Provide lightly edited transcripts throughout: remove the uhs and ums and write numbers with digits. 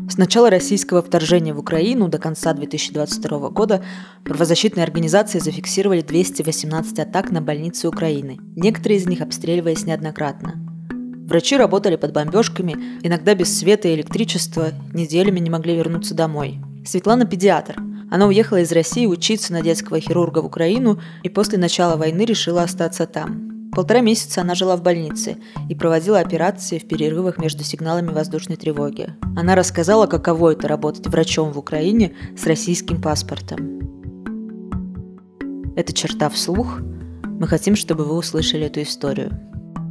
С начала российского вторжения в Украину до конца 2022 года правозащитные организации зафиксировали 218 атак на больницы Украины. Некоторые из них обстреливались неоднократно. Врачи работали под бомбежками, иногда без света и электричества, неделями не могли вернуться домой. Светлана – педиатр. Она уехала из России учиться на детского хирурга в Украину и после начала войны решила остаться там. 1,5 месяца она жила в больнице и проводила операции в перерывах между сигналами воздушной тревоги. Она рассказала, каково это работать врачом в Украине с российским паспортом. Это черта вслух. Мы хотим, чтобы вы услышали эту историю.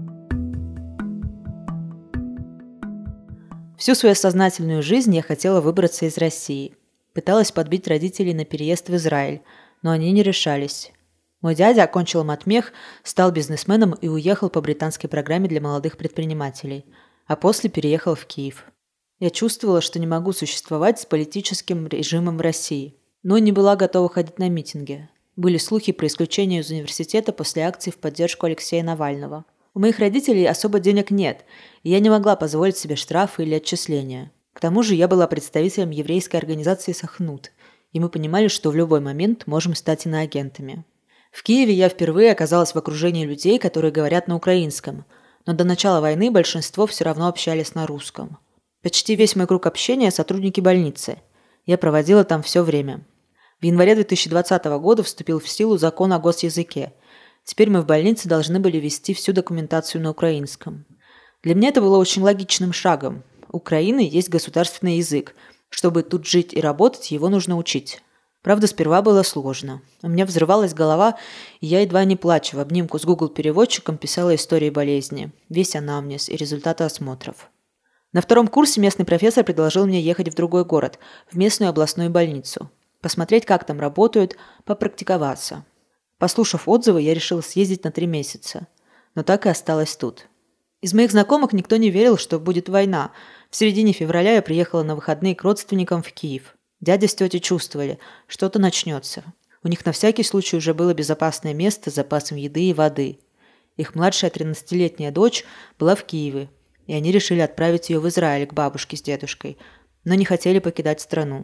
Всю свою сознательную жизнь я хотела выбраться из России. Пыталась подбить родителей на переезд в Израиль, но они не решались. Мой дядя окончил матмех, стал бизнесменом и уехал по британской программе для молодых предпринимателей, а после переехал в Киев. Я чувствовала, что не могу существовать с политическим режимом в России, но не была готова ходить на митинги. Были слухи про исключение из университета после акций в поддержку Алексея Навального. У моих родителей особо денег нет, и я не могла позволить себе штрафы или отчисления. К тому же я была представителем еврейской организации «Сахнут», и мы понимали, что в любой момент можем стать иноагентами. В Киеве я впервые оказалась в окружении людей, которые говорят на украинском, но до начала войны большинство все равно общались на русском. Почти весь мой круг общения – сотрудники больницы. Я проводила там все время. В январе 2020 года вступил в силу закон о госязыке. Теперь мы в больнице должны были вести всю документацию на украинском. Для меня это было очень логичным шагом. У Украины есть государственный язык. Чтобы тут жить и работать, его нужно учить. Правда, сперва было сложно. У меня взрывалась голова, и я, едва не плача, в обнимку с Google-переводчиком писала истории болезни, весь анамнез и результаты осмотров. На 2-м курсе местный профессор предложил мне ехать в другой город, в местную областную больницу, посмотреть, как там работают, попрактиковаться. Послушав отзывы, я решила съездить на 3 месяца, но так и осталась тут. Из моих знакомых никто не верил, что будет война. В середине февраля я приехала на выходные к родственникам в Киев. Дядя с тетей чувствовали, что-то начнется. У них на всякий случай уже было безопасное место с запасом еды и воды. Их младшая 13-летняя дочь была в Киеве, и они решили отправить ее в Израиль к бабушке с дедушкой, но не хотели покидать страну.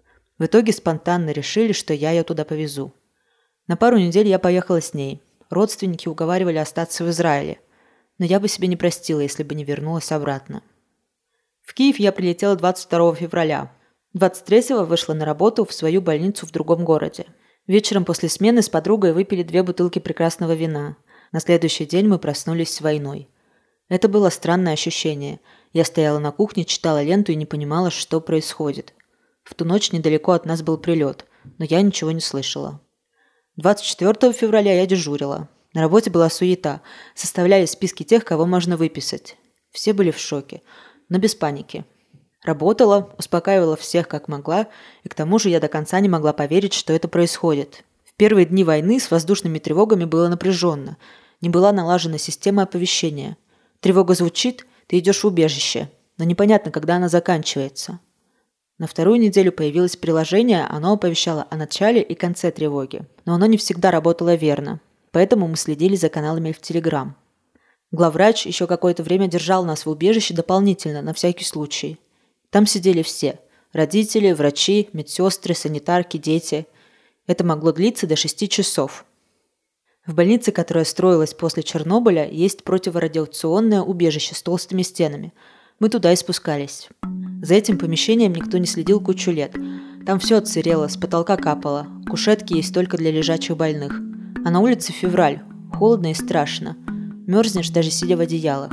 В итоге спонтанно решили, что я ее туда повезу. На пару недель я поехала с ней. Родственники уговаривали остаться в Израиле, но я бы себе не простила, если бы не вернулась обратно. В Киев я прилетела 22 февраля. 23-го вышла на работу в свою больницу в другом городе. Вечером после смены с подругой выпили 2 бутылки прекрасного вина. На следующий день мы проснулись с войной. Это было странное ощущение. Я стояла на кухне, читала ленту и не понимала, что происходит. В ту ночь недалеко от нас был прилет, но я ничего не слышала. 24 февраля я дежурила. На работе была суета. Составляли списки тех, кого можно выписать. Все были в шоке, но без паники. Работала, успокаивала всех как могла, и к тому же я до конца не могла поверить, что это происходит. В первые дни войны с воздушными тревогами было напряженно. Не была налажена система оповещения. Тревога звучит, ты идешь в убежище, но непонятно, когда она заканчивается. На 2-ю неделю появилось приложение, оно оповещало о начале и конце тревоги, но оно не всегда работало верно, поэтому мы следили за каналами в Telegram. Главврач еще какое-то время держал нас в убежище дополнительно, на всякий случай. Там сидели все – родители, врачи, медсестры, санитарки, дети. Это могло длиться до 6 часов. В больнице, которая строилась после Чернобыля, есть противорадиационное убежище с толстыми стенами. Мы туда и спускались. За этим помещением никто не следил кучу лет. Там все отсырело, с потолка капало. Кушетки есть только для лежачих больных. А на улице февраль. Холодно и страшно. Мерзнешь, даже сидя в одеялах.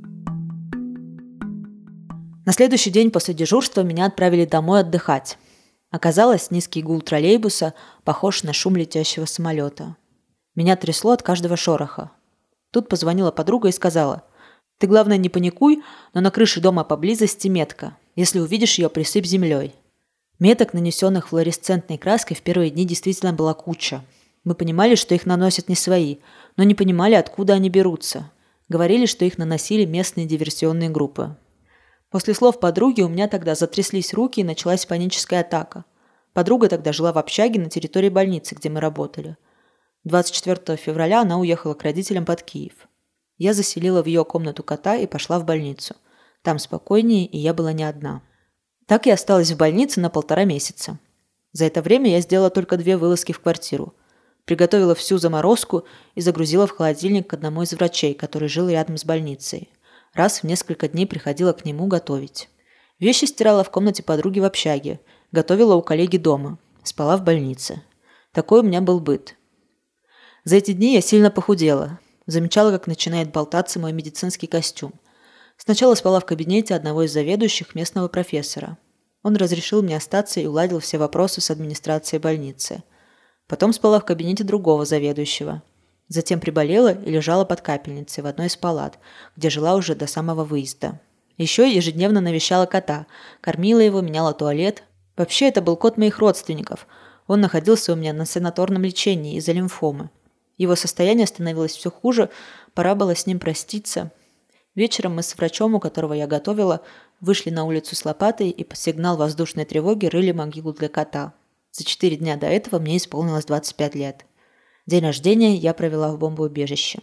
На следующий день после дежурства меня отправили домой отдыхать. Оказалось, низкий гул троллейбуса похож на шум летящего самолета. Меня трясло от каждого шороха. Тут позвонила подруга и сказала: «Ты, главное, не паникуй, но на крыше дома поблизости метка. Если увидишь ее, присыпь землей». Меток, нанесенных флуоресцентной краской, в первые дни действительно была куча. Мы понимали, что их наносят не свои, но не понимали, откуда они берутся. Говорили, что их наносили местные диверсионные группы. После слов подруги у меня тогда затряслись руки и началась паническая атака. Подруга тогда жила в общаге на территории больницы, где мы работали. 24 февраля она уехала к родителям под Киев. Я заселила в ее комнату кота и пошла в больницу. Там спокойнее, и я была не одна. Так я осталась в больнице на 1,5 месяца. За это время я сделала только 2 вылазки в квартиру. Приготовила всю заморозку и загрузила в холодильник к одному из врачей, который жил рядом с больницей. Раз в несколько дней приходила к нему готовить. Вещи стирала в комнате подруги в общаге, готовила у коллеги дома, спала в больнице. Такой у меня был быт. За эти дни я сильно похудела. Замечала, как начинает болтаться мой медицинский костюм. Сначала спала в кабинете одного из заведующих местного профессора. Он разрешил мне остаться и уладил все вопросы с администрацией больницы. Потом спала в кабинете другого заведующего. Затем приболела и лежала под капельницей в одной из палат, где жила уже до самого выезда. Еще ежедневно навещала кота, кормила его, меняла туалет. Вообще, это был кот моих родственников. Он находился у меня на санаторном лечении из-за лимфомы. Его состояние становилось все хуже, пора было с ним проститься. Вечером мы с врачом, у которого я готовила, вышли на улицу с лопатой и под сигнал воздушной тревоги рыли могилу для кота. За 4 дня до этого мне исполнилось 25 лет. День рождения я провела в бомбоубежище.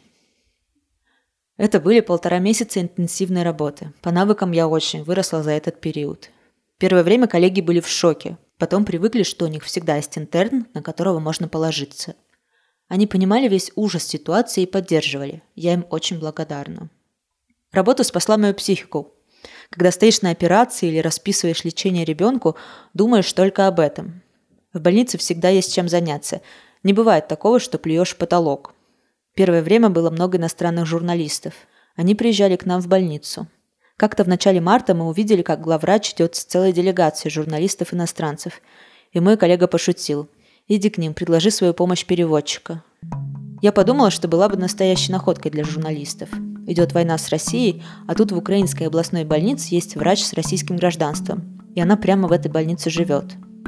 Это были 1,5 месяца интенсивной работы. По навыкам я очень выросла за этот период. Первое время коллеги были в шоке. Потом привыкли, что у них всегда есть интерн, на которого можно положиться. Они понимали весь ужас ситуации и поддерживали. Я им очень благодарна. Работа спасла мою психику. Когда стоишь на операции или расписываешь лечение ребенку, думаешь только об этом. В больнице всегда есть чем заняться. Не бывает такого, что плюешь в потолок. Первое время было много иностранных журналистов. Они приезжали к нам в больницу. Как-то в начале марта мы увидели, как главврач идет с целой делегацией журналистов-иностранцев. И мой коллега пошутил: «Иди к ним, предложи свою помощь переводчика». Я подумала, что была бы настоящей находкой для журналистов. Идет война с Россией, а тут в Украинской областной больнице есть врач с российским гражданством. И она прямо в этой больнице живет.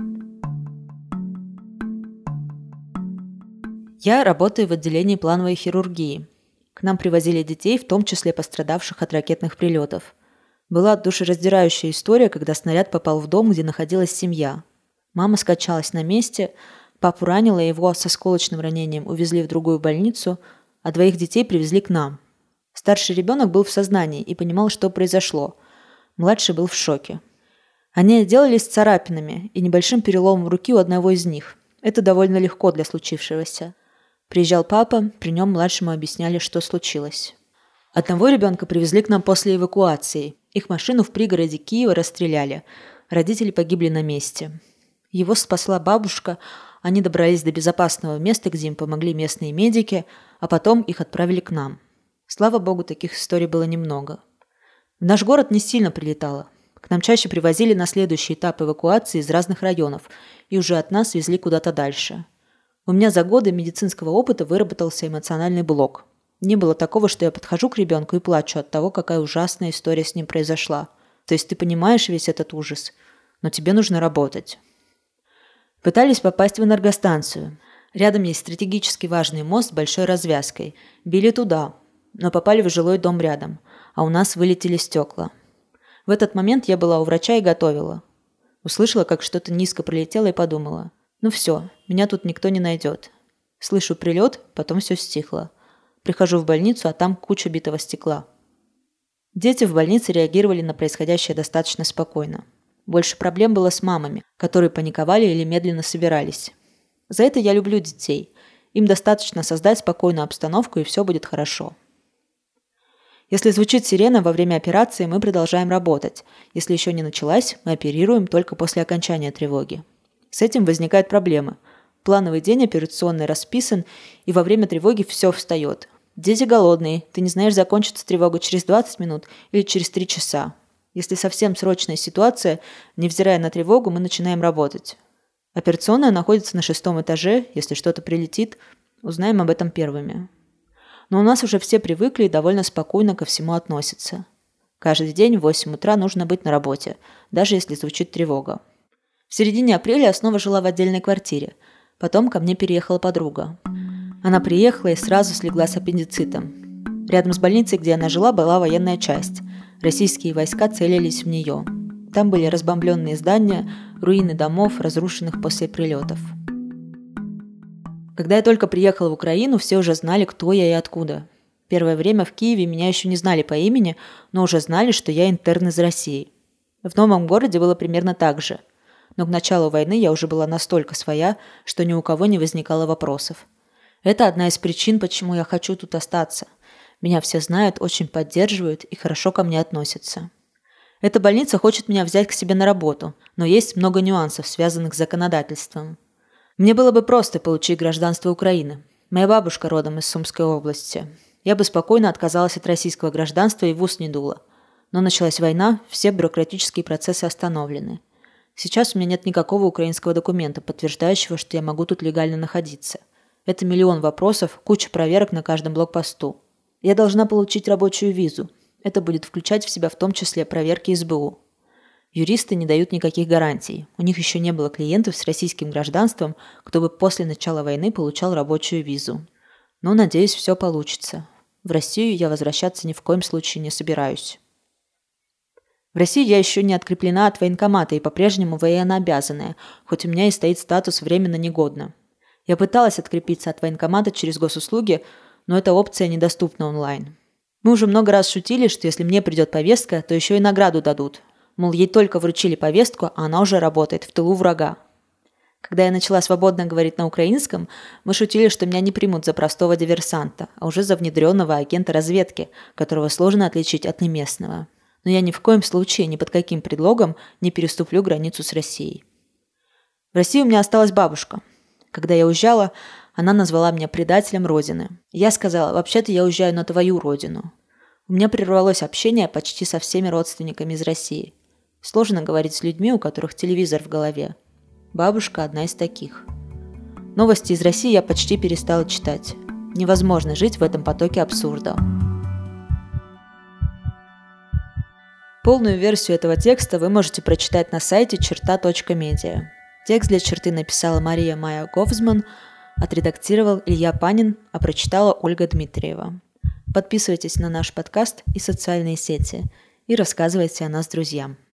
Я работаю в отделении плановой хирургии. К нам привозили детей, в том числе пострадавших от ракетных прилетов. Была душераздирающая история, когда снаряд попал в дом, где находилась семья. Мама скончалась на месте, папу ранило, его с осколочным ранением увезли в другую больницу, а 2 детей привезли к нам. Старший ребенок был в сознании и понимал, что произошло. Младший был в шоке. Они отделались царапинами и небольшим переломом руки у одного из них. Это довольно легко для случившегося. Приезжал папа, при нем младшему объясняли, что случилось. Одного ребенка привезли к нам после эвакуации. Их машину в пригороде Киева расстреляли. Родители погибли на месте. Его спасла бабушка. Они добрались до безопасного места, где им помогли местные медики, а потом их отправили к нам. Слава богу, таких историй было немного. В наш город не сильно прилетало. К нам чаще привозили на следующий этап эвакуации из разных районов и уже от нас везли куда-то дальше. У меня за годы медицинского опыта выработался эмоциональный блок. Не было такого, что я подхожу к ребенку и плачу от того, какая ужасная история с ним произошла. То есть ты понимаешь весь этот ужас, но тебе нужно работать. Пытались попасть в энергостанцию. Рядом есть стратегически важный мост с большой развязкой. Били туда, но попали в жилой дом рядом, а у нас вылетели стекла. В этот момент я была у врача и готовила. Услышала, как что-то низко пролетело и подумала: ну все, меня тут никто не найдет. Слышу прилет, потом все стихло. Прихожу в больницу, а там куча битого стекла. Дети в больнице реагировали на происходящее достаточно спокойно. Больше проблем было с мамами, которые паниковали или медленно собирались. За это я люблю детей. Им достаточно создать спокойную обстановку, и все будет хорошо. Если звучит сирена во время операции, мы продолжаем работать. Если еще не началась, мы оперируем только после окончания тревоги. С этим возникают проблемы. Плановый день операционный расписан, и во время тревоги все встает. Дети голодные, ты не знаешь, закончится тревога через 20 минут или через 3 часа. Если совсем срочная ситуация, невзирая на тревогу, мы начинаем работать. Операционная находится на 6-м этаже, если что-то прилетит, узнаем об этом первыми. Но у нас уже все привыкли и довольно спокойно ко всему относятся. Каждый день в 8 утра нужно быть на работе, даже если звучит тревога. В середине апреля я снова жила в отдельной квартире. Потом ко мне переехала подруга. Она приехала и сразу слегла с аппендицитом. Рядом с больницей, где она жила, была военная часть. Российские войска целились в нее. Там были разбомбленные здания, руины домов, разрушенных после прилетов. Когда я только приехала в Украину, все уже знали, кто я и откуда. Первое время в Киеве меня еще не знали по имени, но уже знали, что я интерн из России. В новом городе было примерно так же. Но к началу войны я уже была настолько своя, что ни у кого не возникало вопросов. Это одна из причин, почему я хочу тут остаться. Меня все знают, очень поддерживают и хорошо ко мне относятся. Эта больница хочет меня взять к себе на работу, но есть много нюансов, связанных с законодательством. Мне было бы просто получить гражданство Украины. Моя бабушка родом из Сумской области. Я бы спокойно отказалась от российского гражданства и в ус не дула. Но началась война, все бюрократические процессы остановлены. Сейчас у меня нет никакого украинского документа, подтверждающего, что я могу тут легально находиться. Это миллион вопросов, куча проверок на каждом блокпосту. Я должна получить рабочую визу. Это будет включать в себя в том числе проверки СБУ. Юристы не дают никаких гарантий. У них еще не было клиентов с российским гражданством, кто бы после начала войны получал рабочую визу. Но, надеюсь, все получится. В Россию я возвращаться ни в коем случае не собираюсь. В России я еще не откреплена от военкомата и по-прежнему военнообязанная, хоть у меня и стоит статус временно негодна. Я пыталась открепиться от военкомата через госуслуги, но эта опция недоступна онлайн. Мы уже много раз шутили, что если мне придет повестка, то еще и награду дадут. Мол, ей только вручили повестку, а она уже работает в тылу врага. Когда я начала свободно говорить на украинском, мы шутили, что меня не примут за простого диверсанта, а уже за внедренного агента разведки, которого сложно отличить от неместного. Но я ни в коем случае, ни под каким предлогом не переступлю границу с Россией. В России у меня осталась бабушка. Когда я уезжала, она назвала меня предателем Родины. Я сказала, вообще-то я уезжаю на твою родину. У меня прервалось общение почти со всеми родственниками из России. Сложно говорить с людьми, у которых телевизор в голове. Бабушка одна из таких. Новости из России я почти перестала читать. Невозможно жить в этом потоке абсурда. Полную версию этого текста вы можете прочитать на сайте черта.медиа. Текст для черты написала Мария Майя Гофзман, отредактировал Илья Панин, а прочитала Ольга Дмитриева. Подписывайтесь на наш подкаст и социальные сети и рассказывайте о нас друзьям.